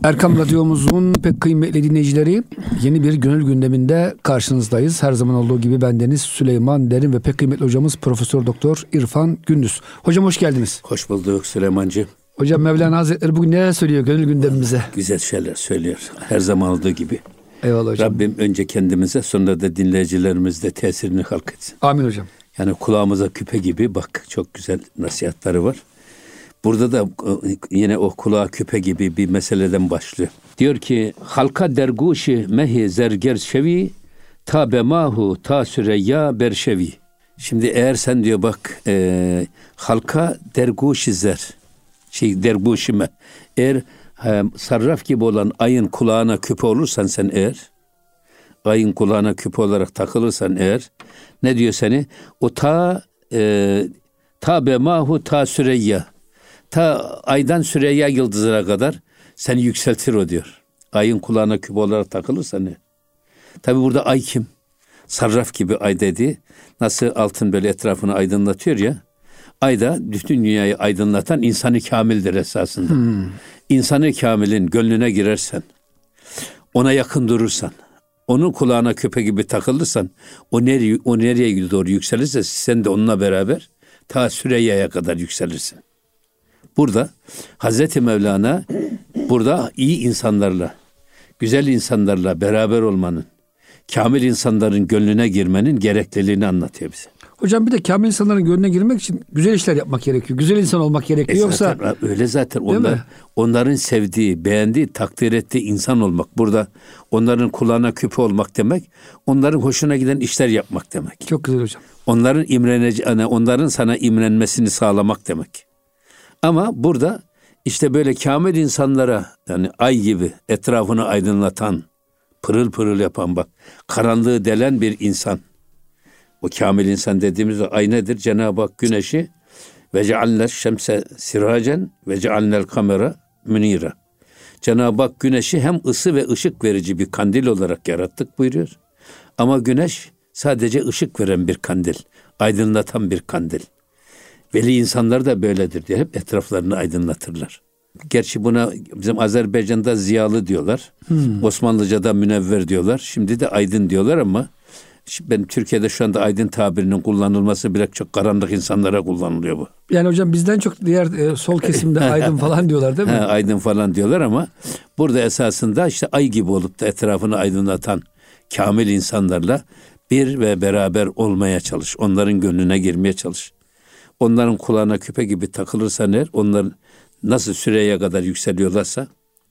Erkam Radyomuzun pek kıymetli dinleyicileri, yeni bir gönül gündeminde karşınızdayız. Her zaman olduğu gibi bendeniz Süleyman Derin ve pek kıymetli hocamız Profesör Doktor İrfan Gündüz. Hocam hoş geldiniz. Hoş bulduk Süleymancığım. Hocam Mevlana Hazretleri bugün neler söylüyor gönül gündemimize? Güzel şeyler söylüyor. Her zaman olduğu gibi. Eyvallah hocam. Rabbim önce kendimize, sonra da dinleyicilerimizde tesirini halk etsin. Amin hocam. Yani kulağımıza küpe gibi, bak çok güzel nasihatları var. Burada da yine o kulağa küpe gibi bir meseleden başlıyor. Diyor ki halka derguşi mehi zerger şevi ta bemahu ta süreyya berşevi. Şimdi eğer sen diyor bak halka derguşi zer derguşime eğer sarraf gibi olan ayın kulağına küpe olursan sen eğer ayın kulağına küpe olarak takılırsan eğer ne diyor seni? O ta bemahu ta süreyya ta aydan Süreyya yıldızına kadar seni yükseltir o diyor. Ayın kulağına küpe olarak takılırsa ne? Tabi burada ay kim? Sarraf gibi ay dedi. Nasıl altın böyle etrafını aydınlatıyor ya. Ay da bütün dünyayı aydınlatan insanı kamildir esasında. İnsanı kamilin gönlüne girersen, ona yakın durursan, onun kulağına küpe gibi takılırsan, o nereye doğru yükselirse sen de onunla beraber ta Süreyya'ya kadar yükselirsin. Burada Hazreti Mevlana burada iyi insanlarla, güzel insanlarla beraber olmanın, kamil insanların gönlüne girmenin gerekliliğini anlatıyor bize. Hocam bir de kamil insanların gönlüne girmek için güzel işler yapmak gerekiyor. Güzel insan olmak gerekiyor. Yoksa öyle zaten onların sevdiği, beğendiği, takdir ettiği insan olmak. Burada onların kulağına küpe olmak demek, onların hoşuna giden işler yapmak demek. Çok güzel hocam. Onların sana imrenmesini sağlamak demek. Ama burada işte böyle kamil insanlara, yani ay gibi etrafını aydınlatan, pırıl pırıl yapan, bak karanlığı delen bir insan. O kamil insan dediğimiz ay nedir? Cenab-ı Hak güneşi ve cealne şemse siracen ve cealnel kamera münira. Cenab-ı Hak güneşi hem ısı ve ışık verici bir kandil olarak yarattık buyuruyor. Ama güneş sadece ışık veren bir kandil, aydınlatan bir kandil. Veli insanlar da böyledir diye hep etraflarını aydınlatırlar. Gerçi buna bizim Azerbaycan'da ziyalı diyorlar. Osmanlıca'da münevver diyorlar. Şimdi de aydın diyorlar ama ben Türkiye'de şu anda aydın tabirinin kullanılması bile çok karanlık insanlara kullanılıyor bu. Yani hocam bizden çok diğer sol kesimde aydın falan diyorlar değil mi? Aydın falan diyorlar ama burada esasında işte ay gibi olup da etrafını aydınlatan kamil insanlarla bir ve beraber olmaya çalış. Onların gönlüne girmeye çalış. Onların kulağına küpe gibi takılırsan eğer, onlar nasıl Süreyya'ya kadar yükseliyorlarsa,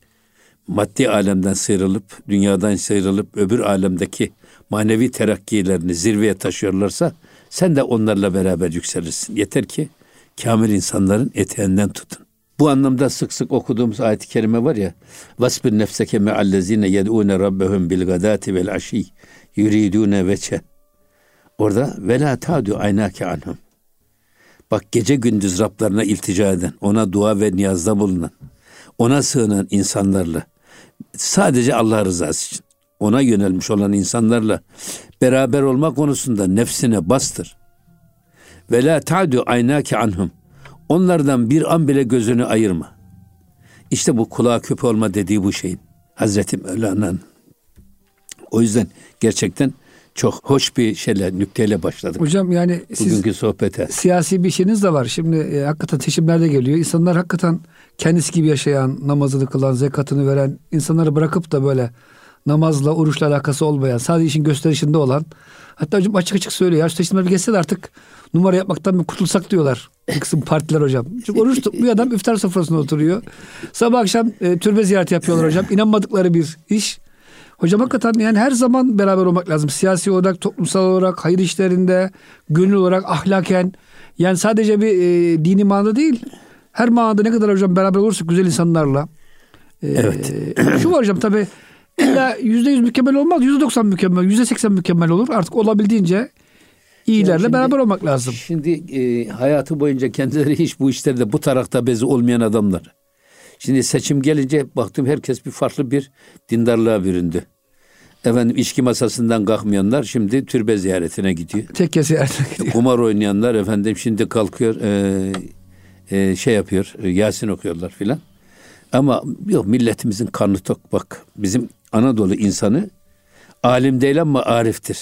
maddi alemden sıyrılıp, dünyadan sıyrılıp, öbür alemdeki manevi terakkilerini zirveye taşıyorlarsa, sen de onlarla beraber yükselirsin. Yeter ki kamil insanların eteğinden tutun. Bu anlamda sık sık okuduğumuz ayet-i kerime var ya, vasbir nefseke me'allezine yed'une rabbehum bil gadati vel aşi yuridune veçe. Orada ve la ta'du aynake anhum. Bak gece gündüz Rablarına iltica eden, ona dua ve niyazda bulunan, ona sığınan insanlarla, sadece Allah rızası için ona yönelmiş olan insanlarla beraber olma konusunda nefsine bastır. Ve la ta'du aynake anhum. Onlardan bir an bile gözünü ayırma. İşte bu kulağa küpe olma dediği bu şeyin. Hazreti Mevlana'nın. O yüzden gerçekten çok hoş bir nükteyle başladık. Hocam yani bugünkü sohbete. Siyasi bir şeyiniz de var. Şimdi hakikaten seçimlerde geliyor. İnsanlar hakikaten kendisi gibi yaşayan, namazını kılan, zekatını veren insanları bırakıp da böyle namazla, oruçla alakası olmayan, sadece işin gösterişinde olan, hatta hocam açık açık söylüyor. Ya şu seçimler geçse de artık numara yapmaktan bir kurtulsak diyorlar. Bir kısım partiler hocam. Çünkü oruç tutmuyor adam, iftar sofrasında oturuyor. Sabah akşam türbe ziyareti yapıyorlar hocam. İnanmadıkları bir iş. Hocam hakikaten yani her zaman beraber olmak lazım. Siyasi olarak, toplumsal olarak, hayır işlerinde, gönül olarak, ahlaken. Yani sadece bir dini manada değil. Her manada ne kadar hocam beraber olursak güzel insanlarla. Evet. Şu var hocam tabii. İlla %100 mükemmel olmaz. %90 mükemmel, %80 mükemmel olur. Artık olabildiğince iyilerle beraber olmak lazım. Şimdi hayatı boyunca kendileri hiç bu işlerde bu tarakta bezi olmayan adamlar. Şimdi seçim gelince baktım herkes bir farklı bir dindarlığa büründü. Efendim içki masasından kalkmayanlar şimdi türbe ziyaretine gidiyor. Tekke ziyaretine gidiyor. Kumar oynayanlar efendim şimdi kalkıyor yapıyor, Yasin okuyorlar filan. Ama yok, milletimizin karnı tok. Bak, bizim Anadolu insanı alim değil ama ariftir.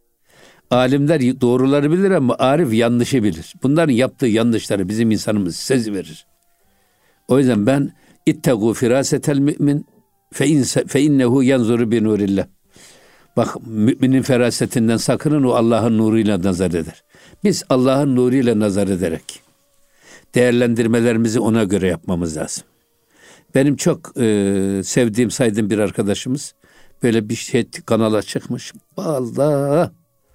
Alimler doğruları bilir ama arif yanlışı bilir. Bunların yaptığı yanlışları bizim insanımız seziverir. O yüzden ben ittegu firasetel mümin fe innehu yanzuru bi nurillah. Bak, müminin ferasetinden sakının, o Allah'ın nuruyla nazar eder. Biz Allah'ın nuruyla nazar ederek değerlendirmelerimizi ona göre yapmamız lazım. Benim çok sevdiğim, saydığım bir arkadaşımız böyle bir şey kanala çıkmış. Vallahi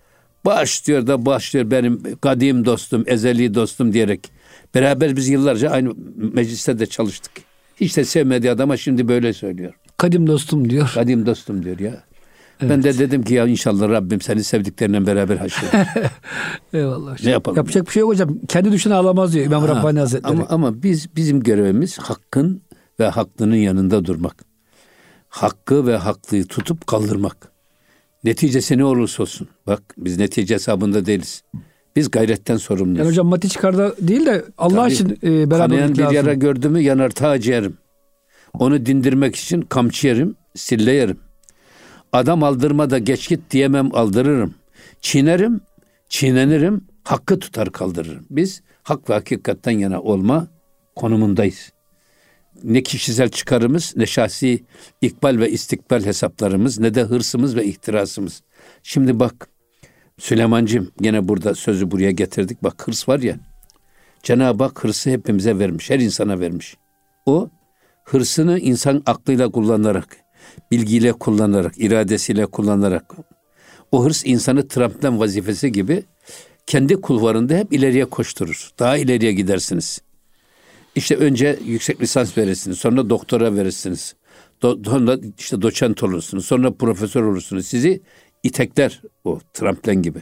başlıyor benim kadim dostum, ezeli dostum diyerek. Beraber biz yıllarca aynı mecliste de çalıştık. Hiç de sevmediği adama şimdi böyle söylüyor. Kadim dostum diyor. Kadim dostum diyor ya. Evet. Ben de dedim ki ya inşallah Rabbim seni sevdiklerinden beraber haşreder. Eyvallah hocam. Ne yapalım? Yapacak bir şey yok hocam. Kendi düşüne ağlamaz diyor İmam Rabbani Hazretleri. Ama bizim görevimiz hakkın ve haklının yanında durmak. Hakkı ve haklıyı tutup kaldırmak. Neticesi ne olursa olsun. Bak, biz netice hesabında değiliz. Biz gayretten sorumluyuz. Yani hocam mati çıkarda değil de Allah Tabii, için beraberlik kanayan lazım. bir yara gördü mü yanar ta ciğerim. Onu dindirmek için kamçı yerim, sille yerim. Adam aldırma da geç git diyemem, aldırırım. Çiğnerim, çiğnenirim, hakkı tutar kaldırırım. Biz hak ve hakikatten yana olma konumundayız. Ne kişisel çıkarımız, ne şahsi ikbal ve istikbal hesaplarımız, ne de hırsımız ve ihtirasımız. Şimdi bak Süleymancığım, gene burada sözü buraya getirdik. Bak, hırs var ya, Cenab-ı Hak hırsı hepimize vermiş, her insana vermiş. O hırsını insan aklıyla kullanarak, bilgiyle kullanarak, iradesiyle kullanarak, o hırs insanı tramplen vazifesi gibi kendi kulvarında hep ileriye koşturur. Daha ileriye gidersiniz. İşte önce yüksek lisans verirsiniz, sonra doktora verirsiniz. Sonra işte doçent olursunuz, sonra profesör olursunuz. Sizi itekler o tramplen gibi.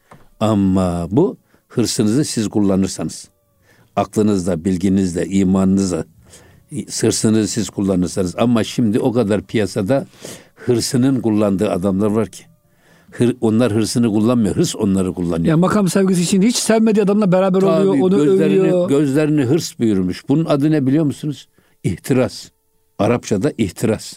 Ama bu hırsınızı siz kullanırsanız, aklınızla, bilginizle, imanınızla, hırsınızı siz kullanırsanız. Ama şimdi o kadar piyasada hırsının kullandığı adamlar var ki. Onlar hırsını kullanmıyor, hırs onları kullanıyor. Yani makam sevgisi için hiç sevmediği adamla beraber Tabii, oluyor, onu övüyor. Gözlerini hırs buyurmuş. Bunun adı ne biliyor musunuz? İhtiras. Arapçada ihtiras.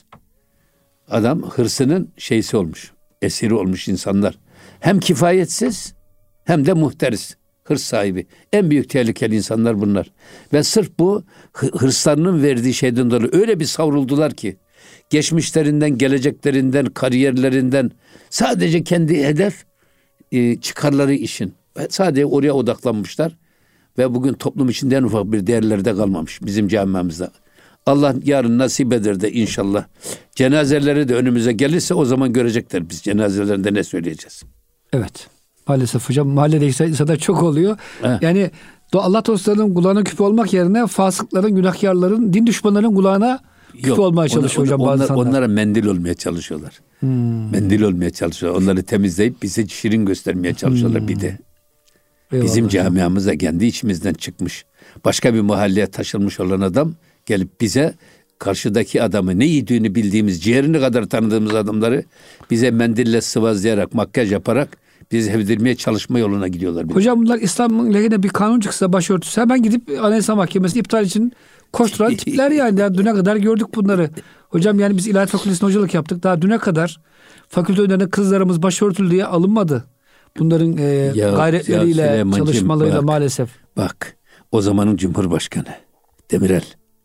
Adam hırsının şeysi olmuş, esiri olmuş insanlar. Hem kifayetsiz hem de muhteris, hırs sahibi. En büyük tehlikeli insanlar bunlar. Ve sırf bu hırslarının verdiği şeyden dolayı öyle bir savruldular ki, geçmişlerinden, geleceklerinden, kariyerlerinden sadece kendi hedef çıkarları işin. Sadece oraya odaklanmışlar ve bugün toplum içinde en ufak bir değerleri de kalmamış bizim camiamızda. Allah yarın nasip eder de inşallah cenazeleri de önümüze gelirse o zaman görecekler biz cenazelerinde ne söyleyeceğiz. Evet. Maalesef hocam mahallede insada çok oluyor. He. Yani Allah dostlarının kulağına küpe olmak yerine fasıkların, günahkarların, din düşmanlarının kulağına küpe olmaya çalışıyor hocam bazı insanlar. Onlara mendil olmaya çalışıyorlar. Mendil olmaya çalışıyorlar. Onları temizleyip bize şirin göstermeye çalışıyorlar bir de. Eyvallah Bizim hocam. camiamıza kendi içimizden çıkmış, başka bir mahalleye taşınmış olan adam gelip bize karşıdaki adamı ne yediğini bildiğimiz, ciğerini kadar tanıdığımız adamları bize mendille sıvazlayarak, makyaj yaparak bizi sevdirmeye çalışma yoluna gidiyorlar. Hocam bunlar İslam'ın lehine bir kanun çıksa başörtüsü hemen gidip Anayasa Mahkemesi'ni iptal için koşturan tipler yani. Ya düne kadar gördük bunları. Hocam yani biz İlahiyat Fakültesi'nde hocalık yaptık. Daha düne kadar fakülte önlerinde kızlarımız başörtülü diye alınmadı. Bunların gayretleriyle, çalışmalarıyla maalesef. Bak, o zamanın Cumhurbaşkanı Demirel,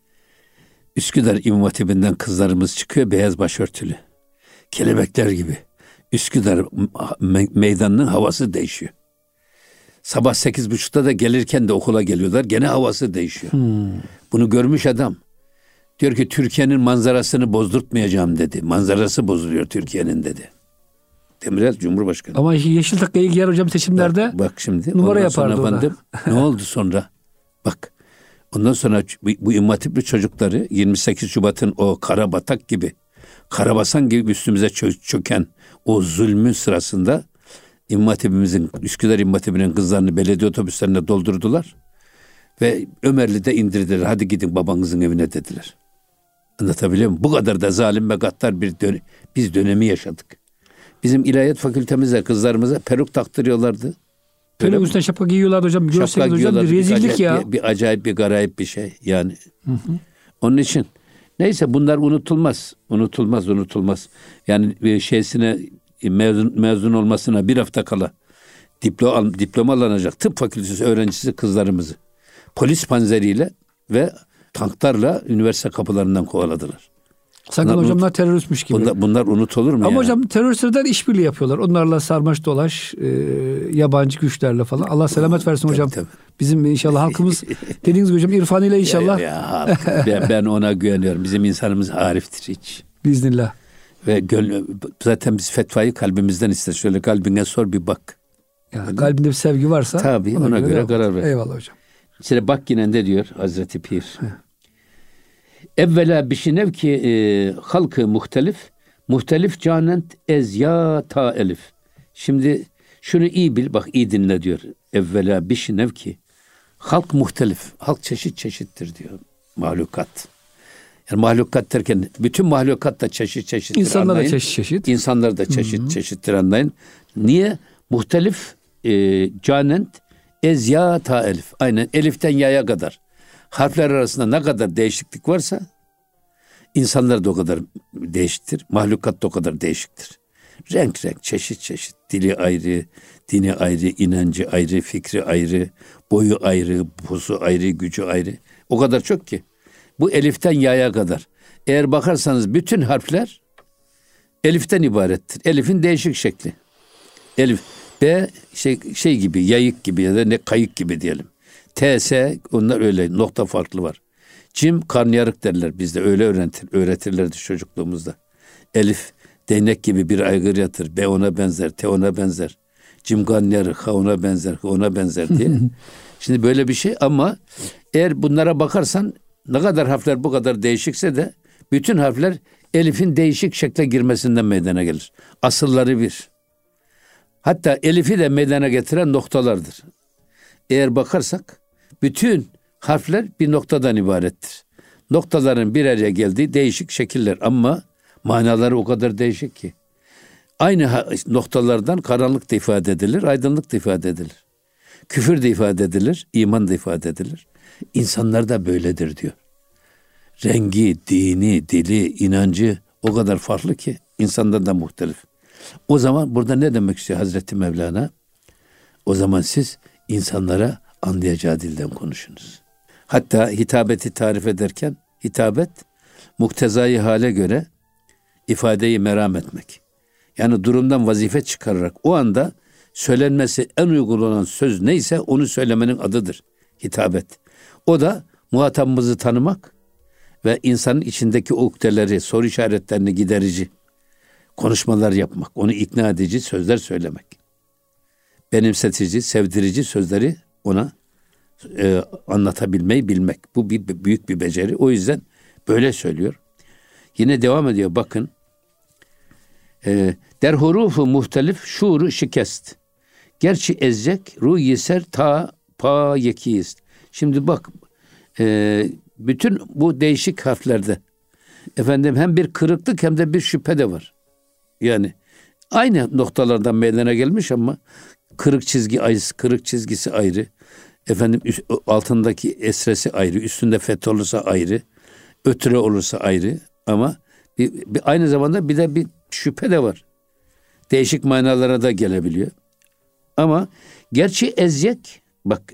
Üsküdar İmam Hatibi'nden kızlarımız çıkıyor beyaz başörtülü. Kelebekler gibi. Üsküdar meydanının havası değişiyor. Sabah 8.30'da da gelirken de okula geliyorlar. Gene havası değişiyor. Bunu görmüş adam. Diyor ki Türkiye'nin manzarasını bozdurtmayacağım dedi. Manzarası bozuluyor Türkiye'nin dedi. Demirel Cumhurbaşkanı. Ama yeşil takıyı giyer hocam seçimlerde. Bak şimdi. Numara yapardı o da. Ne oldu sonra? Bak. Ondan sonra bu İmam Hatipli çocukları 28 Şubat'ın o karabatak gibi, karabasan gibi üstümüze çöken o zulmün sırasında İmam Hatip'imizin, Üsküdar İmam Hatip'inin kızlarını belediye otobüslerine doldurdular ve Ömerli'de indirdiler. Hadi gidin babanızın evine dediler. Anlatabiliyor muyum? Bu kadar da zalim ve gaddar biz dönemi yaşadık. Bizim ilahiyat fakültemizde kızlarımıza peruk taktırıyorlardı. Peruk üstüne şapka giyiyorlardı hocam. Görseniz hocam bir rezillik ya. Bir acayip bir garayip bir şey yani. Onun için Neyse bunlar unutulmaz. Unutulmaz. Yani şeysine mezun olmasına bir hafta kala diploma alınacak tıp fakültesi öğrencisi kızlarımızı polis panzeriyle ve tanklarla üniversite kapılarından kovaladılar. Sakın hocamlar teröristmiş gibi. Bunlar unutulur mu? Ama hocam teröristlerden işbirliği yapıyorlar. Onlarla sarmaş dolaş, yabancı güçlerle falan. Allah selamet versin hocam. Tabii. Bizim inşallah halkımız dediğiniz gibi hocam irfanıyla inşallah. Ben ona güveniyorum. Bizim insanımız ariftir hiç. Biiznillah. Ve zaten biz fetvayı kalbimizden isteriz. Şöyle kalbine sor bir bak. Yani kalbinde bir sevgi varsa. Tabii ona göre karar ver. Eyvallah hocam. İşte bak yine de diyor Hazreti Pir. Evvela bişinev ki halkı muhtelif canent ezya ta elif. Şimdi şunu iyi bil, bak iyi dinle diyor. Evvela bişinev ki halk muhtelif. Halk çeşit çeşittir diyor. Mahlukat. Yani mahlukat derken bütün mahlukat da çeşit çeşittir. İnsanlar da çeşit çeşit. İnsanlar da çeşit çeşittir anlayın. Niye? Muhtelif canent ezya ta elif. Aynen eliften yaya kadar. Harfler arasında ne kadar değişiklik varsa insanlar da o kadar değişiktir. Mahlukat da o kadar değişiktir. Renk çeşit çeşit. Dili ayrı, dini ayrı, inancı ayrı, fikri ayrı, boyu ayrı, pozu ayrı, gücü ayrı. O kadar çok ki. Bu eliften yaya kadar. Eğer bakarsanız bütün harfler eliften ibarettir. Elifin değişik şekli. Elif. B şey gibi, yayık gibi ya da ne kayık gibi diyelim. T, S onlar öyle nokta farklı var. Cim karnıyarık derler bizde öyle öğretirlerdi çocukluğumuzda. Elif değnek gibi bir aygır yatır. B ona benzer, T ona benzer. Cim karnıyarık, ha ona benzer, ha ona benzer diye. Şimdi böyle bir şey ama eğer bunlara bakarsan ne kadar harfler bu kadar değişikse de bütün harfler elifin değişik şekle girmesinden meydana gelir. Asılları bir. Hatta elifi de meydana getiren noktalardır. Eğer bakarsak bütün harfler bir noktadan ibarettir. Noktaların bir araya geldiği değişik şekiller ama manaları o kadar değişik ki. Aynı noktalardan karanlık da ifade edilir, aydınlık da ifade edilir. Küfür de ifade edilir, iman da ifade edilir. İnsanlar da böyledir diyor. Rengi, dini, dili, inancı o kadar farklı ki insandan da muhtelif. O zaman burada ne demek istiyor Hazreti Mevlana? O zaman siz insanlara anlayacağı dilden konuşunuz. Hatta hitabeti tarif ederken hitabet muktezai hale göre ifadeyi meram etmek. Yani durumdan vazife çıkararak o anda söylenmesi en uygun olan söz neyse onu söylemenin adıdır hitabet. O da muhatabımızı tanımak ve insanın içindeki ukdeleri, soru işaretlerini giderici konuşmalar yapmak, onu ikna edici sözler söylemek. Benimsetici, sevdirici sözleri ona anlatabilmeyi bilmek. Bu büyük bir beceri. O yüzden böyle söylüyor. Yine devam ediyor bakın. Der hurufu muhtelif şuuru şikest. Gerçi ezzek ruh yeser ta pa yekiyist. Şimdi bak bütün bu değişik harflerde efendim hem bir kırıklık hem de bir şüphe de var. Yani aynı noktalardan meydana gelmiş ama kırık çizgisi ayrı. Efendim altındaki esresi ayrı, üstünde feth olursa ayrı, ötüre olursa ayrı ama aynı zamanda bir de bir şüphe de var. Değişik manalara da gelebiliyor. Ama gerçi ezyek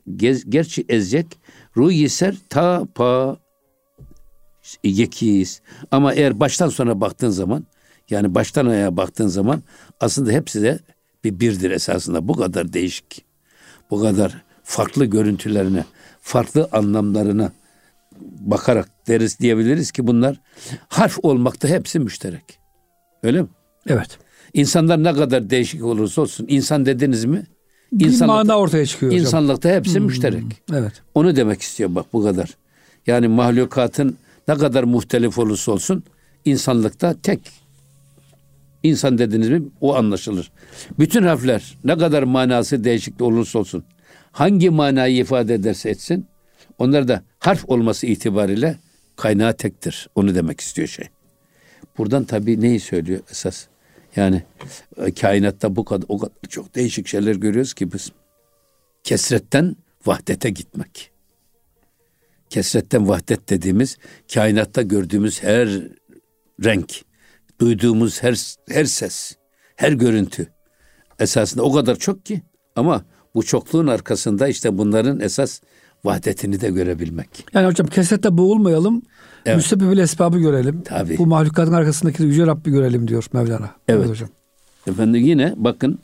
ruh yeser ta pa yekiyiz. Ama eğer baştan sona baktığın zaman yani baştan ayağa baktığın zaman aslında hepsi de birdir esasında. Bu kadar değişik, bu kadar farklı görüntülerine, farklı anlamlarına bakarak diyebiliriz ki bunlar harf olmakta hepsi müşterek. Öyle mi? Evet. İnsanlar ne kadar değişik olursa olsun insan dediniz mi? Bir mana ortaya çıkıyor hocam. İnsanlıkta hepsi müşterek. Evet. Onu demek istiyor bak bu kadar. Yani mahlukatın ne kadar muhtelif olursa olsun insanlıkta tek. İnsan dediniz mi o anlaşılır. Bütün harfler ne kadar manası değişik olursa olsun hangi manayı ifade ederse etsin onlar da harf olması itibariyle kaynağı tektir. Onu demek istiyor şey. Buradan tabii neyi söylüyor esas? Yani kainatta o kadar çok değişik şeyler görüyoruz ki biz. Kesretten vahdete gitmek. Kesretten vahdet dediğimiz kainatta gördüğümüz her renk, duyduğumuz her ses, her görüntü esasında o kadar çok ki, ama bu çokluğun arkasında işte bunların esas vahdetini de görebilmek. Yani hocam kesrette boğulmayalım. Evet. Müsebbibil esbabı görelim. Tabii. Bu mahlukatın arkasındaki Yüce Rabbi görelim diyor Mevlana. Evet hocam. Efendim yine bakın.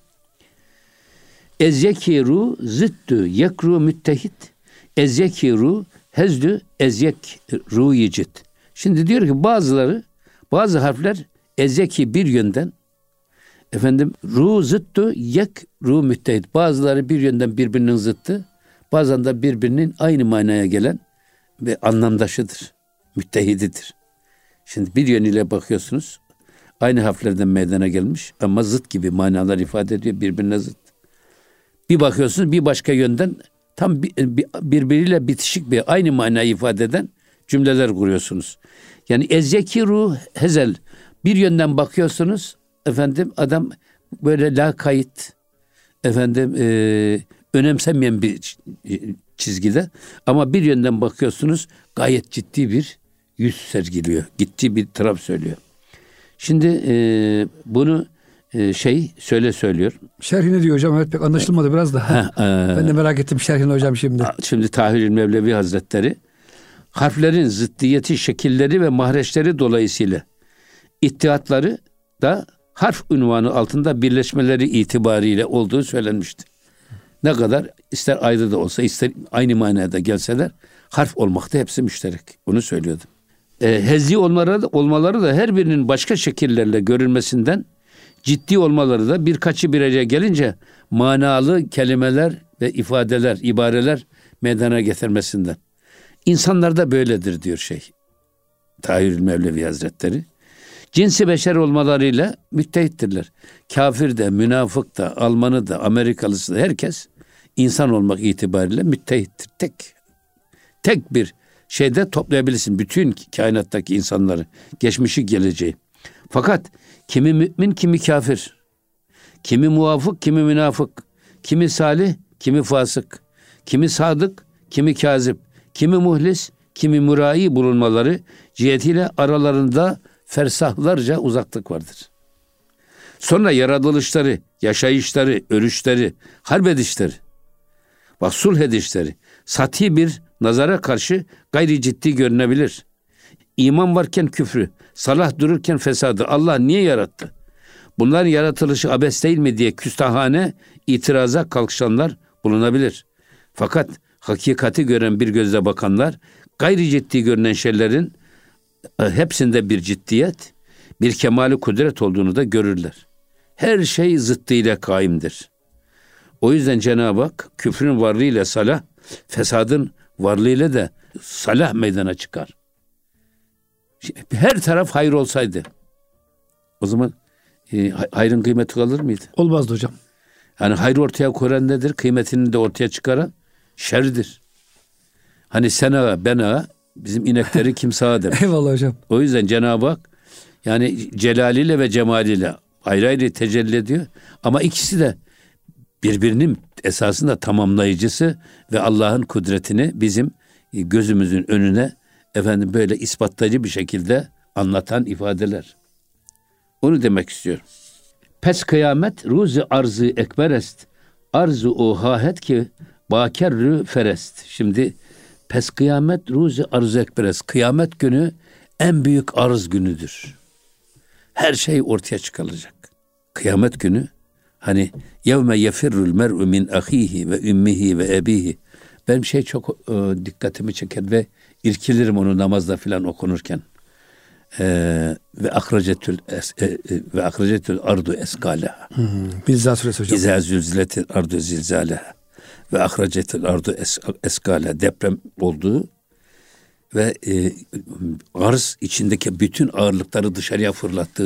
Ezyekiru zıttü yekru müttehit. Ezyekiru hezdü ezyekru yicit. Şimdi diyor ki bazı harfler ezyeki bir yönden, efendim ru zıttı yekru müttehit. Bazıları bir yönden birbirinin zıttı. Bazen de birbirinin aynı manaya gelen ve anlamdaşıdır. Müttehididir. Şimdi bir yönüyle bakıyorsunuz. Aynı harflerden meydana gelmiş ama zıt gibi manalar ifade ediyor. Birbirine zıt. Bir bakıyorsunuz bir başka yönden tam birbiriyle bitişik bir aynı manayı ifade eden cümleler kuruyorsunuz. Yani ezzekiru hezel. Bir yönden bakıyorsunuz efendim adam böyle lakayt, efendim önemsemeyen bir çizgide, ama bir yönden bakıyorsunuz gayet ciddi bir yüz sergiliyor. Ciddi bir taraf söylüyor. Şimdi bunu söylüyor. Şerhini diyor hocam. Evet, pek anlaşılmadı biraz da. Ben de merak ettim şerhini hocam şimdi. Şimdi Tahirül Mevlevi Hazretleri harflerin zıddiyeti, şekilleri ve mahreçleri dolayısıyla ittihatları da harf unvanı altında birleşmeleri itibariyle olduğu söylenmişti. Ne kadar ister ayrı da olsa ister aynı manada gelseler harf olmakta hepsi müşterek. Bunu söylüyordu. Hezzi olmaları da her birinin başka şekillerle görülmesinden, ciddi olmaları da birkaçı bir araya gelince manalı kelimeler ve ifadeler, ibareler meydana getirmesinden. İnsanlar da böyledir diyor Tahirül Mevlevi Hazretleri. Cinsi beşer olmalarıyla müttehittirler. Kafir de, münafık da, Almanı da, Amerikalısı da herkes insan olmak itibariyle müttehittir. Tek bir şeyde toplayabilirsin bütün kainattaki insanları, geçmişi geleceği. Fakat kimi mümin, kimi kafir, kimi muvafık, kimi münafık, kimi salih, kimi fasık, kimi sadık, kimi kazip, kimi muhlis, kimi mürai bulunmaları cihetiyle aralarında fersahlarca uzaklık vardır. Sonra yaratılışları, yaşayışları, ölüşleri, harbedişleri, sulh edişleri, sati bir nazara karşı gayri ciddi görünebilir. İman varken küfrü, salah dururken fesadı Allah niye yarattı? Bunların yaratılışı abes değil mi diye küstahane itiraza kalkışanlar bulunabilir. Fakat hakikati gören bir gözle bakanlar gayri ciddi görünen şeylerin hepsinde bir ciddiyet, bir kemali kudret olduğunu da görürler. Her şey zıttıyla kaimdir. O yüzden Cenab-ı Hak küfrün varlığıyla salah, fesadın varlığıyla da salah meydana çıkar. Her taraf hayır olsaydı o zaman hayrın kıymeti kalır mıydı? Olmazdı hocam. Yani hayır ortaya koyan nedir? Kıymetini de ortaya çıkaran şerdir. Hani sen ağa, ben ağa, bizim inekleri kim sağa demiş. Eyvallah hocam. O yüzden Cenab-ı Hak yani celaliyle ve cemaliyle ayrı ayrı tecelli ediyor. Ama ikisi de birbirinin esasında tamamlayıcısı ve Allah'ın kudretini bizim gözümüzün önüne böyle ispatlayıcı bir şekilde anlatan ifadeler. Onu demek istiyorum. Pes kıyamet ruzi arzı ekberest. Arzu o hahet ki bakerrü ferest. Şimdi pes kıyamet ruzi arzı ekberest. Kıyamet günü en büyük arz günüdür. Her şey ortaya çıkarılacak. Kıyamet günü hani yevme yefirrul mer'u min ahihi ve ümmihi ve ebihi. Benim çok dikkatimi çeker ve irkilirim onu namazda filan okunurken. Ve ahracetül ardu eskaleha. Zilzal suresi hocam. İzâ zülziletil ardu zilzâleha. Ve ahracetül ardu eskaleha. Deprem olduğu ve arz içindeki bütün ağırlıkları dışarıya fırlattığı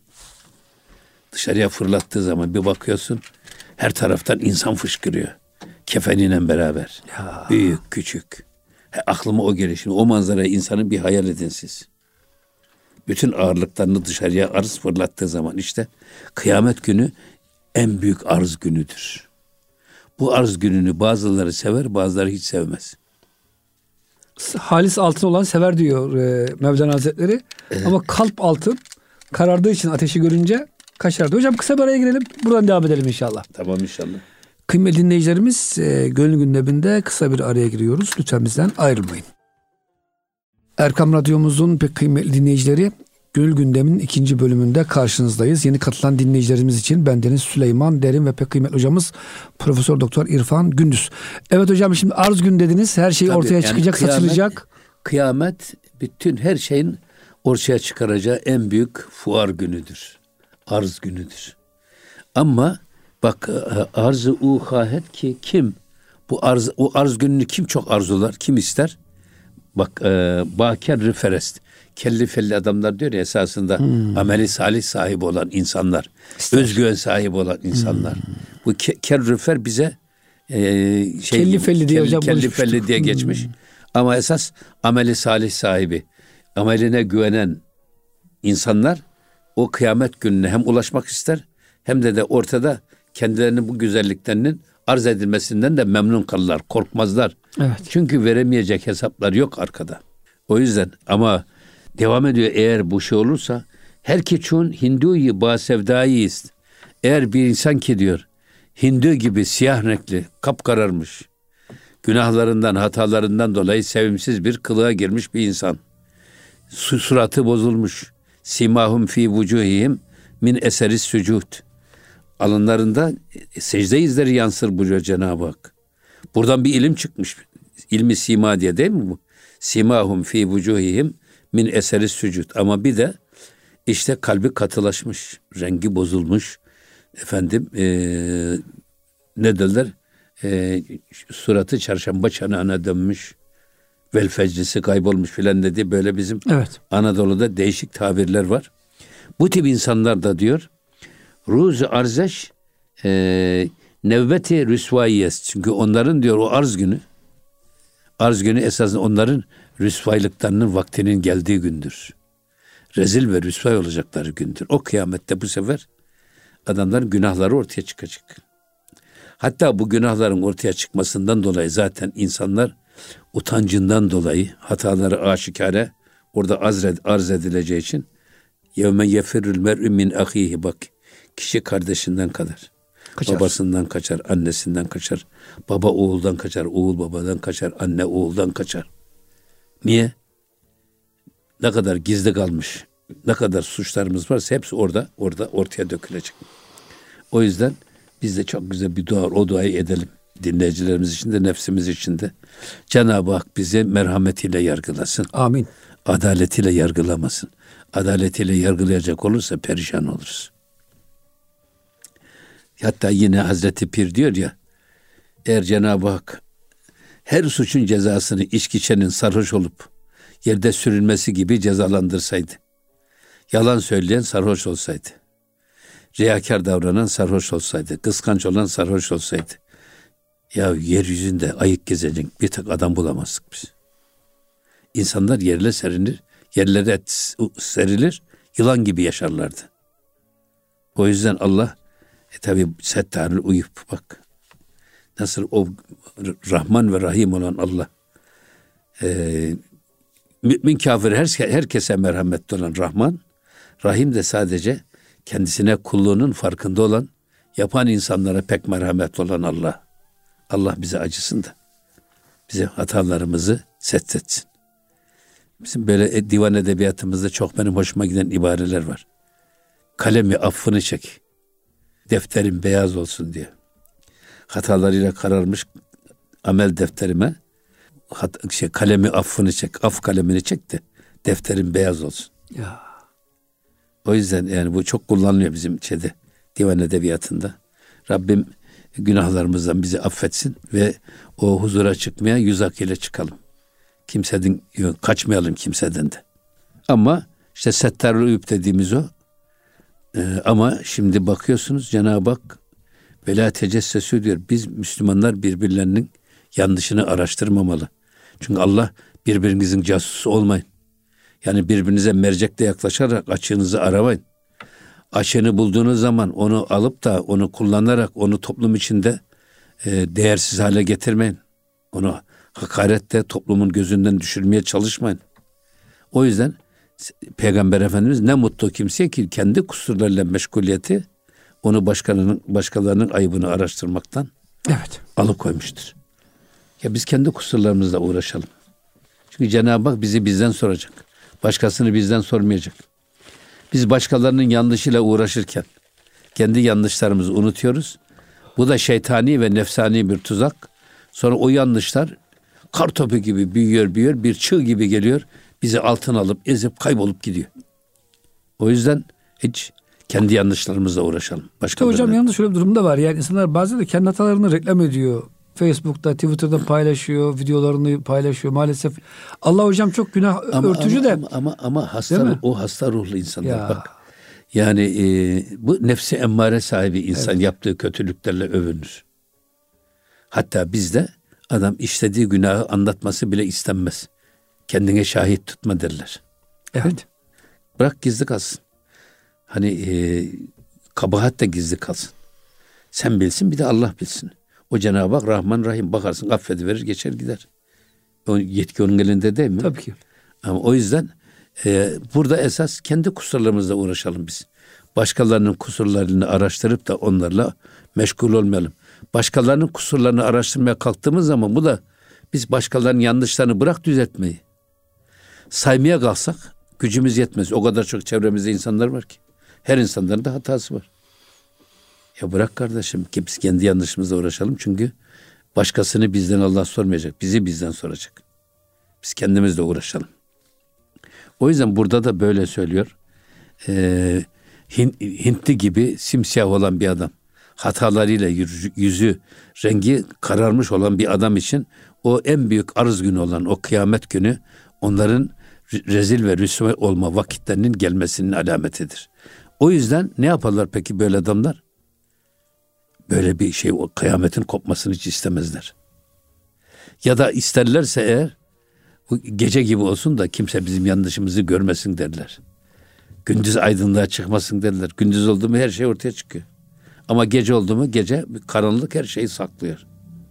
zaman bir bakıyorsun her taraftan insan fışkırıyor. Kefeniyle beraber. Ya. Büyük, küçük. Aklıma o geliyor. Şimdi o manzarayı insanın bir hayal edin siz. Bütün ağırlıklarını dışarıya arz fırlattığı zaman işte kıyamet günü en büyük arz günüdür. Bu arz gününü bazıları sever, bazıları hiç sevmez. Halis altın olan sever diyor Mevlana Hazretleri. Ama kalp altın karardığı için ateşi görünce kaçardı. Hocam kısa bir araya girelim. Buradan devam edelim inşallah. Tamam inşallah. Kıymetli dinleyicilerimiz, Gönül Gündemi'nde kısa bir araya giriyoruz. Lütfen bizden ayrılmayın. Erkam Radyomuzun pek kıymetli dinleyicileri, Gönül Gündemi'nin 2. bölümünde karşınızdayız. Yeni katılan dinleyicilerimiz için bendeniz Süleyman Derin ve pek kıymetli hocamız Profesör Doktor İrfan Gündüz. Evet hocam, şimdi arz gün dediniz. Her şey Tabii, ortaya çıkacak, saçılacak. Kıyamet bütün her şeyin ortaya çıkaracağı en büyük fuar günüdür. Arz günüdür. Ama bak, arz-ı uhahet ki kim? O arz gününü kim çok arzular, kim ister? Bak, baker ferest. Kelli felli adamlar diyor ya, esasında ameli salih sahibi olan insanlar, özgüven sahibi olan insanlar. Bu kerrüfer bize kelli felli diye hocam kelli felli diye geçmiş. Ama esas ameli salih sahibi, ameline güvenen insanlar o kıyamet gününe hem ulaşmak ister hem de ortada kendilerinin bu güzelliklerinin arz edilmesinden de memnun kalırlar, korkmazlar. Evet. Çünkü veremeyecek hesaplar yok arkada. O yüzden ama devam ediyor, eğer bu şey olursa herkeçun Hindu'yu basevdaiyiz. Eğer bir insan ki diyor Hindu gibi siyah renkli, kapkararmış, günahlarından, hatalarından dolayı sevimsiz bir kılığa girmiş bir insan. Suratı bozulmuş. Simahum fi vucuhihim min eseris sucud. Alınlarında secde izleri yansır buyuruyor Cenab-ı Hak. Buradan bir ilim çıkmış. İlmi sima diye, değil mi bu? Simahum fi vucuhihim min eseris sucud. Ama bir de işte kalbi katılaşmış, rengi bozulmuş. Efendim ne derler? Suratı çarşamba çanağına dönmüş. Vel feclisi kaybolmuş filan dedi. Böyle bizim Anadolu'da değişik tabirler var. Bu tip insanlar da diyor Ruz arzeş nevbeti rüsvaiyes. Çünkü onların diyor o arz günü esasında onların rüsvaylıklarının vaktinin geldiği gündür. Rezil ve rüsvay olacakları gündür. O kıyamette bu sefer adamların günahları ortaya çıkacak. Hatta bu günahların ortaya çıkmasından dolayı zaten insanlar utancından dolayı hataları aşikare orada arz edileceği için yevme yefirrül mer'ü min ahihi, bak, kişi kardeşinden kaçar. Babasından kaçar, annesinden kaçar. Baba oğuldan kaçar, oğul babadan kaçar, anne oğuldan kaçar. Niye? Ne kadar gizli kalmış, ne kadar suçlarımız varsa hepsi orada ortaya dökülecek. O yüzden biz de çok güzel bir dua, o duayı edelim. Dinleyicilerimiz için de nefsimiz için de. Cenab-ı Hak bizi merhametiyle yargılasın. Amin. Adaletiyle yargılamasın. Adaletiyle yargılayacak olursa perişan oluruz. Hatta yine Hazreti Pir diyor ya, eğer Cenab-ı Hak her suçun cezasını içki içenin sarhoş olup yerde sürülmesi gibi cezalandırsaydı, yalan söyleyen sarhoş olsaydı, riyakar davranan sarhoş olsaydı, kıskanç olan sarhoş olsaydı, ya yeryüzünde ayık gezecek bir tek adam bulamazdık biz. İnsanlar yerlere serilir, yılan gibi yaşarlardı. O yüzden Allah tabi Settarül Uyup, bak nasıl o Rahman ve Rahim olan Allah, mümin kafir herkese merhametli olan Rahman, Rahim de sadece kendisine kulluğunun farkında olan, yapan insanlara pek merhametli olan Allah. Allah bize acısın da bize hatalarımızı setretsin. Bizim böyle divan edebiyatımızda çok benim hoşuma giden ibareler var. Kalemi affını çek, defterim beyaz olsun diye. Hatalarıyla kararmış amel defterime kalemi affını çek, af kalemini çek de defterim beyaz olsun. Ya. O yüzden yani bu çok kullanılıyor bizim divan edebiyatında. Rabbim günahlarımızdan bizi affetsin ve o huzura çıkmaya yüz ak ile çıkalım. Kaçmayalım kimseden de. Ama işte Settarül Uyup dediğimiz o. Ama şimdi bakıyorsunuz Cenab-ı Hak vela tecessesü diyor. Biz Müslümanlar birbirlerinin yanlışını araştırmamalı. Çünkü Allah birbirinizin casusu olmayın. Yani birbirinize mercekle yaklaşarak açığınızı aramayın. Açığını bulduğunuz zaman onu alıp da onu kullanarak onu toplum içinde değersiz hale getirmeyin. Onu Hakarette toplumun gözünden düşürmeye çalışmayın. O yüzden Peygamber Efendimiz ne mutlu kimseye ki kendi kusurlarıyla meşguliyeti onu başkalarının ayıbını araştırmaktan alıkoymuştur. Ya biz kendi kusurlarımızla uğraşalım. Çünkü Cenab-ı Hak bizi bizden soracak. Başkasını bizden sormayacak. Biz başkalarının yanlışıyla uğraşırken kendi yanlışlarımızı unutuyoruz. Bu da şeytani ve nefsani bir tuzak. Sonra o yanlışlar kar topu gibi büyüyor, bir çığ gibi geliyor. Bizi altına alıp ezip kaybolup gidiyor. O yüzden hiç kendi yanlışlarımızla uğraşalım. Hocam yalnız şöyle bir durum da var. Yani insanlar bazen de kendi hatalarını reklam ediyor. Facebook'ta, Twitter'da paylaşıyor, videolarını paylaşıyor. Maalesef Allah hocam çok günah örtücü de. Ama o hasta ruhlu insanlar bak. Yani bu nefsi emmare sahibi insan yaptığı kötülüklerle övünür. Hatta bizde adam işlediği günahı anlatması bile istenmez. Kendine şahit tutma derler. Evet. Bırak gizli kalsın. Hani kabahat de gizli kalsın. Sen bilsin, bir de Allah bilsin. O Cenab-ı Hak Rahman Rahim, bakarsın affediverir, geçer gider. O yetki onun elinde değil mi? Tabii ki. Ama o yüzden burada esas kendi kusurlarımızla uğraşalım biz. Başkalarının kusurlarını araştırıp da onlarla meşgul olmayalım. Başkalarının kusurlarını araştırmaya kalktığımız zaman bu da biz başkalarının yanlışlarını bırak düzeltmeyi. Saymaya kalksak gücümüz yetmez. O kadar çok çevremizde insanlar var ki. Her insanların da hatası var. Ya bırak kardeşim ki biz kendi yanlışımızla uğraşalım. Çünkü başkasını bizden Allah sormayacak. Bizi bizden soracak. Biz kendimizle uğraşalım. O yüzden burada da böyle söylüyor. Hintli gibi simsiyah olan bir adam. Hatalarıyla yüzü, rengi kararmış olan bir adam için o en büyük arz günü olan o kıyamet günü onların rezil ve rüsva olma vakitlerinin gelmesinin alametidir. O yüzden ne yaparlar peki böyle adamlar? Böyle bir şey, o kıyametin kopmasını hiç istemezler. Ya da isterlerse eğer bu gece gibi olsun da kimse bizim yanlışımızı görmesin derler. Gündüz aydınlığa çıkmasın derler. Gündüz oldu mu her şey ortaya çıkıyor. Ama gece oldu mu gece karanlık her şeyi saklıyor.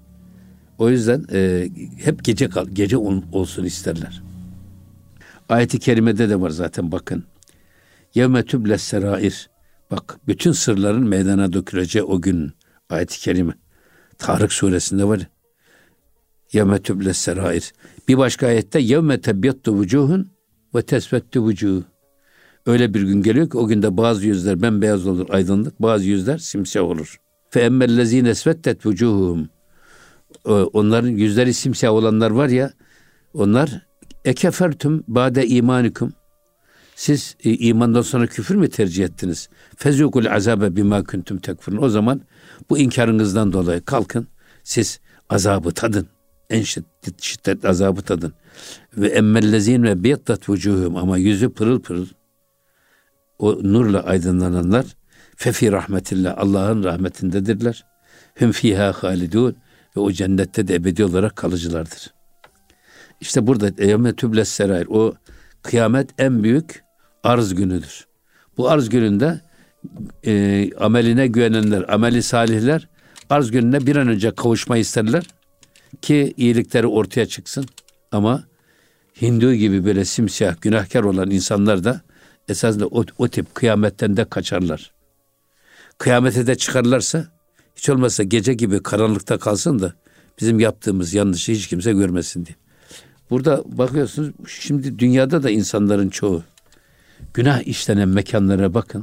O yüzden hep gece olsun isterler. Ayet-i kerimede de var zaten bakın. Yevme tübles serair. Bak bütün sırların meydana döküleceği o gün ayet-i kerime. Tarık suresinde var. Yevme tübles serair. Bir başka ayette yevme tebyattu vucuhun ve tesvettu vucuhu. Öyle bir gün geliyor ki o günde bazı yüzler bembeyaz olur, aydınlık, bazı yüzler simsiyah olur. Fe emmellezine svettet vucuhum. Onların yüzleri simsiyah olanlar var ya, onlar ekefertum ba'de imanikum. Siz imandan sonra küfür mü tercih ettiniz? Fezukul azabe bima kuntum tekfurun. O zaman bu inkarınızdan dolayı kalkın, siz azabı tadın. En şiddetli azabı tadın. Ve emmellezine biyattat vucuhum, ama yüzü pırıl pırıl, o nurla aydınlananlar fefi rahmetillah, Allah'ın rahmetindedirler. Hüm fiha halidun, ve o cennette de ebedi olarak kalıcılardır. İşte burada yevme tübles serair, o kıyamet en büyük arz günüdür. Bu arz gününde ameline güvenenler, ameli salihler arz gününe bir an önce kavuşmayı isterler ki iyilikleri ortaya çıksın. Ama Hindu gibi böyle simsiyah günahkar olan insanlar da esasında o tip kıyametten de kaçarlar. Kıyamete de çıkarlarsa hiç olmazsa gece gibi karanlıkta kalsın da bizim yaptığımız yanlışı hiç kimse görmesin diye. Burada bakıyorsunuz şimdi dünyada da insanların çoğu günah işlenen mekanlara bakın.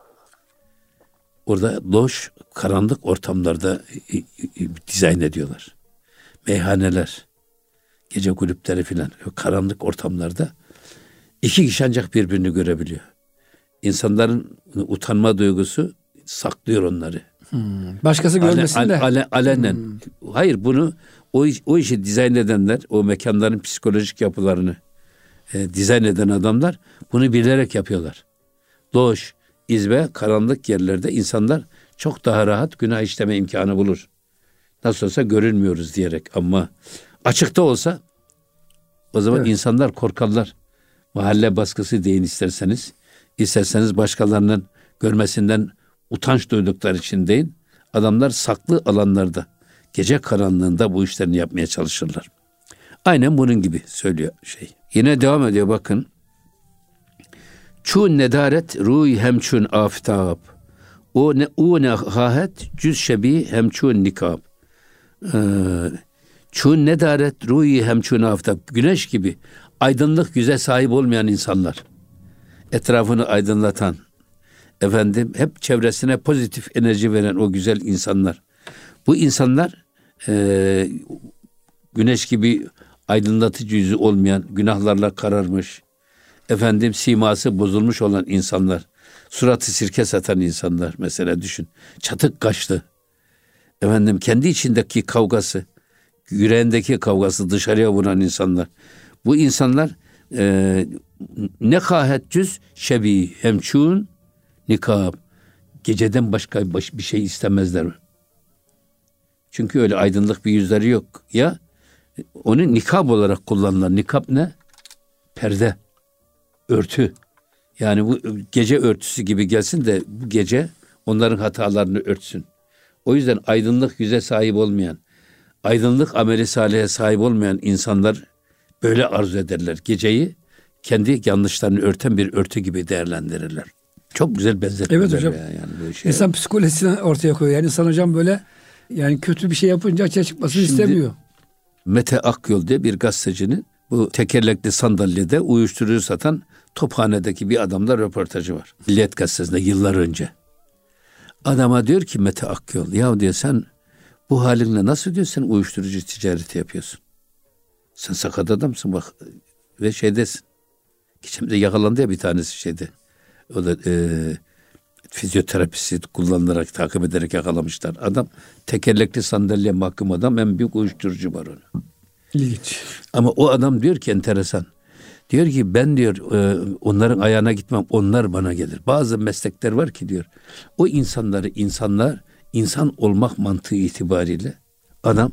Orada loş, karanlık ortamlarda dizayn ediyorlar. Meyhaneler, gece kulüpleri filan, karanlık ortamlarda 2 kişi ancak birbirini görebiliyor. İnsanların utanma duygusu saklıyor onları. Başkası görmesin de. Alenen. Hayır, bunu o işi dizayn edenler, o mekanların psikolojik yapılarını dizayn eden adamlar bunu bilerek yapıyorlar. Loş, izbe, karanlık yerlerde insanlar çok daha rahat günah işleme imkanı bulur. Nasıl olsa görünmüyoruz diyerek, ama açıkta olsa o zaman insanlar korkarlar. Mahalle baskısı deyin isterseniz. İsterseniz başkalarının görmesinden utanç duydukları için deyin. Adamlar saklı alanlarda, gece karanlığında bu işlerini yapmaya çalışırlar. Aynen bunun gibi söylüyor şey. Yine devam ediyor bakın. Çun nedaret ruy hemçun aftab. O ne hahet cüz şebi hemçun nikab. Çun nedaret ruy hemçun aftab. Güneş gibi aydınlık yüze sahip olmayan insanlar. Etrafını aydınlatan, efendim hep çevresine pozitif enerji veren o güzel insanlar. Bu insanlar güneş gibi aydınlatıcı yüzü olmayan, günahlarla kararmış, efendim siması bozulmuş olan insanlar, suratı sirke satan insanlar mesela düşün. Çatık kaşlı, efendim kendi içindeki kavgası, yüreğindeki kavgası dışarıya vuran insanlar. Bu insanlar ne kahet cüz şebi hemçun nikab. Geceden başka bir şey istemezler. Çünkü öyle aydınlık bir yüzleri yok. Ya onu nikab olarak kullanırlar. Nikab ne? Perde, örtü. Yani bu gece örtüsü gibi gelsin de bu gece onların hatalarını örtsün. O yüzden aydınlık yüze sahip olmayan, aydınlık ameli salihe sahip olmayan insanlar böyle arzu ederler. Geceyi kendi yanlışlarını örten bir örtü gibi değerlendirirler. Çok güzel benzetmeler. Evet hocam. Yani böyle şey. İnsan psikolojisini ortaya koyuyor. Yani insan hocam böyle yani kötü bir şey yapınca açığa çıkmasını istemiyor. Mete Akyol diye bir gazetecinin bu tekerlekli sandalyede uyuşturucu satan Tophane'deki bir adamla röportajı var. Milliyet Gazetesi'nde yıllar önce. Adama diyor ki Mete Akyol, ya diyor sen bu halinle nasıl diyor sen uyuşturucu ticareti yapıyorsun? Sen sakat adamsın bak ve şeydesin. Geçen de yakalandı ya bir tanesi şeyde. O da fizyoterapisi kullanılarak takip ederek yakalamışlar. Adam tekerlekli sandalye mahkum adam, en büyük uyuşturucu var onu. İlginç. Ama o adam diyor ki enteresan. Diyor ki ben diyor onların ayağına gitmem, onlar bana gelir. Bazı meslekler var ki diyor o insanlar insan olmak mantığı itibariyle adam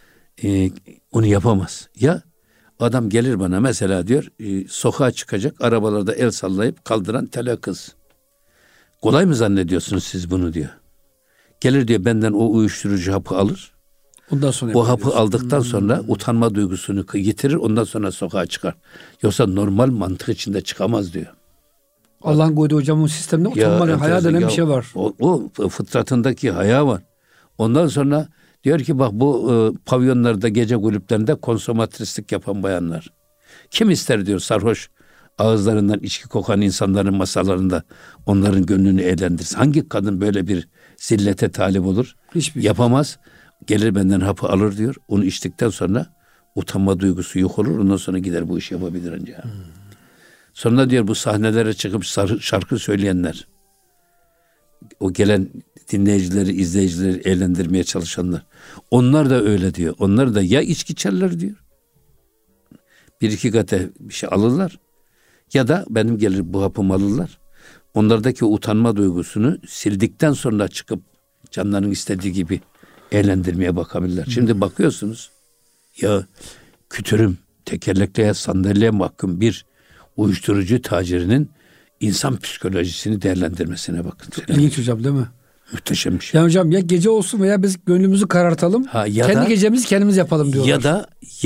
onu yapamaz. Ya adam gelir bana mesela diyor sokağa çıkacak, arabalarda el sallayıp kaldıran tele kız. Kolay mı zannediyorsunuz siz bunu diyor. Gelir diyor benden o uyuşturucu hapı alır. Ondan sonra o hapı aldıktan sonra utanma duygusunu yitirir, ondan sonra sokağa çıkar. Yoksa normal mantık içinde çıkamaz diyor. Allah'ın koyduğu hocamın sisteminde utanma, haya denen bir şey var. O fıtratındaki haya var. Ondan sonra diyor ki bak bu pavyonlarda, gece kulüplerinde konsomatrislik yapan bayanlar. Kim ister diyor sarhoş ağızlarından içki kokan insanların masalarında onların gönlünü eğlendirsin. Hangi kadın böyle bir zillete talip olur? Hiçbir yapamaz. Gelir benden hapı alır diyor. Onu içtikten sonra utanma duygusu yok olur. Ondan sonra gider bu işi yapabilir önce. Sonra diyor bu sahnelere çıkıp şarkı söyleyenler, o gelen dinleyicileri, izleyicileri eğlendirmeye çalışanlar, onlar da öyle diyor. Onlar da ya içki içerler diyor. Bir iki kate bir şey alırlar. Ya da benim gelir bu hapımı alırlar. Onlardaki utanma duygusunu sildikten sonra çıkıp canlarının istediği gibi eğlendirmeye bakabilirler. Şimdi bakıyorsunuz ya kütürüm, tekerlekleye, sandalyeye mahkum bir uyuşturucu tacirinin insan psikolojisini değerlendirmesine bakın. İlginç hocam değil mi? Muhteşem bir şey. Yani hocam ya gece olsun veya biz gönlümüzü karartalım. Kendi gecemizi kendimiz yapalım diyorlar.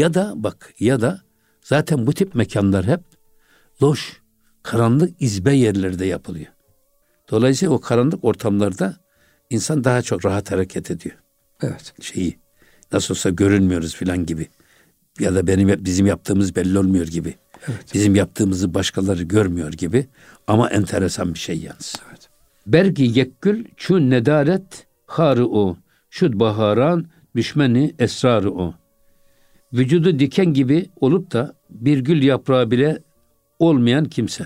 Ya da zaten bu tip mekanlar hep loş, karanlık izbe yerlerde yapılıyor. Dolayısıyla o karanlık ortamlarda insan daha çok rahat hareket ediyor. Evet. Nasıl olsa görünmüyoruz filan gibi. Ya da bizim yaptığımız belli olmuyor gibi. Evet. Bizim yaptığımızı başkaları görmüyor gibi. Ama enteresan bir şey yalnız. Evet. Bergi yekkül çün nedaret harı o. Şud baharan düşmeni esrarı o. Vücudu diken gibi olup da bir gül yaprağı bile olmayan kimse.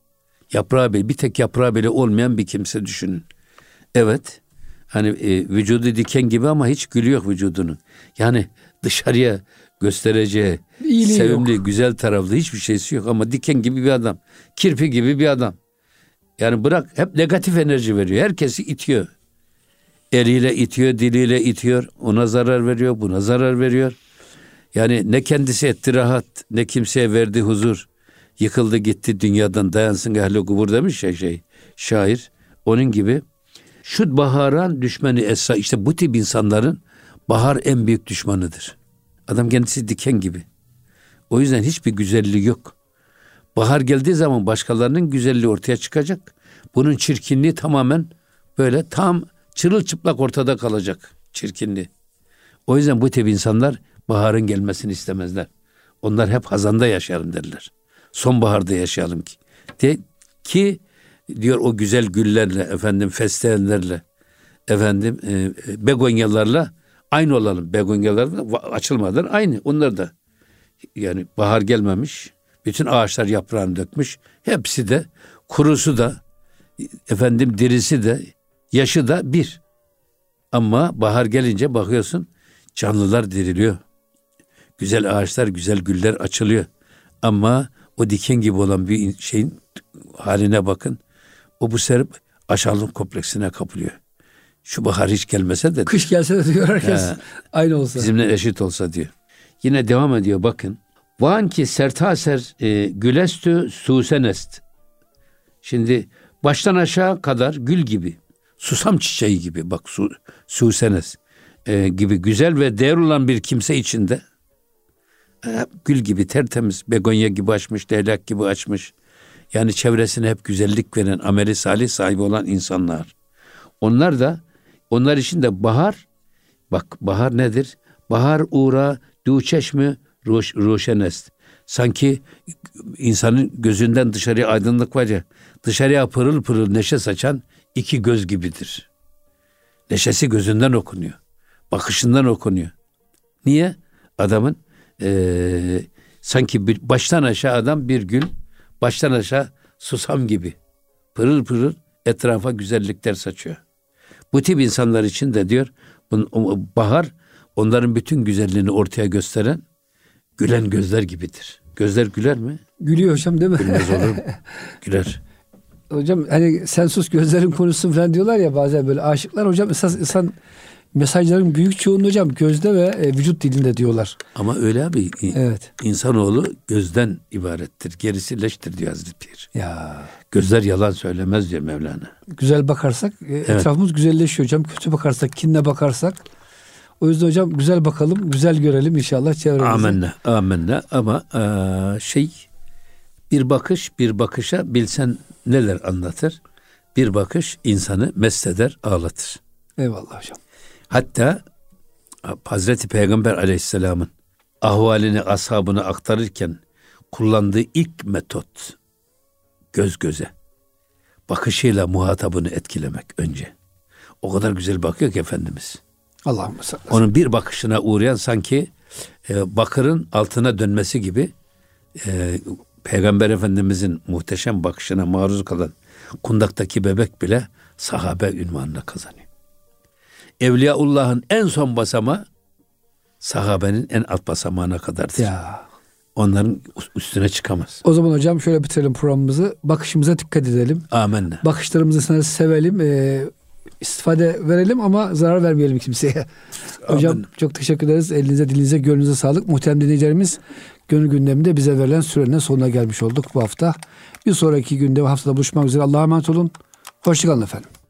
Bir tek yaprağı bile olmayan bir kimse düşünün. Evet. Hani vücudu diken gibi ama hiç gülü yok vücudunun. Yani dışarıya göstereceği İyiliği sevimli, yok. güzel taraflı hiçbir şeysi yok ama diken gibi bir adam. Kirpi gibi bir adam. Yani bırak hep negatif enerji veriyor. Herkesi itiyor. Eliyle itiyor, diliyle itiyor. Ona zarar veriyor, buna zarar veriyor. Yani ne kendisi etti rahat, ne kimseye verdi huzur. Yıkıldı gitti dünyadan, dayansın ehli kubur demiş ya şair. Onun gibi şud baharan düşmeni esra. İşte bu tip insanların bahar en büyük düşmanıdır. Adam kendisi diken gibi. O yüzden hiçbir güzelliği yok. Bahar geldiği zaman başkalarının güzelliği ortaya çıkacak. Bunun çirkinliği tamamen böyle tam çırılçıplak ortada kalacak çirkinliği. O yüzden bu tip insanlar baharın gelmesini istemezler. Onlar hep hazanda yaşayalım derler. Sonbaharda yaşayalım ki diyor o güzel güllerle, efendim fesleğenlerle, efendim begonyalarla aynı olalım. Begonyalar da açılmadan aynı. Onlar da yani bahar gelmemiş. Bütün ağaçlar yaprağını dökmüş. Hepsi de kurusu da efendim dirisi de yaşı da bir. Ama bahar gelince bakıyorsun canlılar diriliyor. Güzel ağaçlar, güzel güller açılıyor. Ama o diken gibi olan bir şeyin haline bakın. O bu sefer aşağılık kompleksine kapılıyor. Şu bahar hiç gelmese de. Kış gelse de diyor herkes aynı olsa. Bizimle eşit olsa diyor. Yine devam ediyor bakın. Van ki sertaser gülestü susenest. Şimdi baştan aşağı kadar gül gibi, susam çiçeği gibi bak susenest gibi güzel ve değer olan bir kimse içinde gül gibi tertemiz, begonya gibi açmış, leylak gibi açmış. Yani çevresine hep güzellik veren, ameli salih sahibi olan insanlar. Onlar için de bahar, bak bahar nedir? Bahar uğra du çeşmi roşenest. Sanki insanın gözünden dışarıya aydınlık var ya, dışarıya pırıl pırıl neşe saçan iki göz gibidir. Neşesi gözünden okunuyor. Bakışından okunuyor. Niye? Adamın sanki baştan aşağı adam bir gül, baştan aşağı susam gibi pırıl pırıl etrafa güzellikler saçıyor. Bu tip insanlar için de diyor bahar onların bütün güzelliğini ortaya gösteren gülen gözler gibidir. Gözler güler mi? Gülüyor hocam değil mi? Gülmez olur mu? Güler. Hocam hani sen sus gözlerin konuşsun falan diyorlar ya bazen böyle aşıklar hocam esas insan mesajların büyük çoğunluğu hocam gözde ve vücut dilinde diyorlar. Ama öyle abi. Evet. İnsanoğlu gözden ibarettir. Gerisi leştir diyor Hazreti Pir. Ya. Gözler yalan söylemez diyor Mevlana. Güzel bakarsak etrafımız güzelleşiyor hocam. Kötü bakarsak, kinle bakarsak. O yüzden hocam güzel bakalım, güzel görelim inşallah çevremizi. Amenna, amenna. Ama bir bakışa bilsen neler anlatır. Bir bakış insanı mest eder, ağlatır. Eyvallah hocam. Hatta Hazreti Peygamber Aleyhisselam'ın ahvalini ashabına aktarırken kullandığı ilk metot göz göze. Bakışıyla muhatabını etkilemek önce. O kadar güzel bakıyor ki Efendimiz. Allahümme salli. Onun bir bakışına uğrayan sanki bakırın altına dönmesi gibi Peygamber Efendimizin muhteşem bakışına maruz kalan kundaktaki bebek bile sahabe ünvanını kazanıyor. Evliyaullah'ın en son basamağı sahabenin en alt basamağına kadardır. Ya. Onların üstüne çıkamaz. O zaman hocam şöyle bitirelim programımızı. Bakışımıza dikkat edelim. Amenna. Bakışlarımızı sana sevelim. İstifade verelim ama zarar vermeyelim kimseye. Hocam Amenna. çok teşekkür ederiz. Elinize, dilinize, gönlünüze sağlık. Muhterem dinleyicilerimiz, gönül gündeminde bize verilen sürenin sonuna gelmiş olduk bu hafta. Bir sonraki günde haftada buluşmak üzere. Allah'a emanet olun. Hoşçakalın efendim.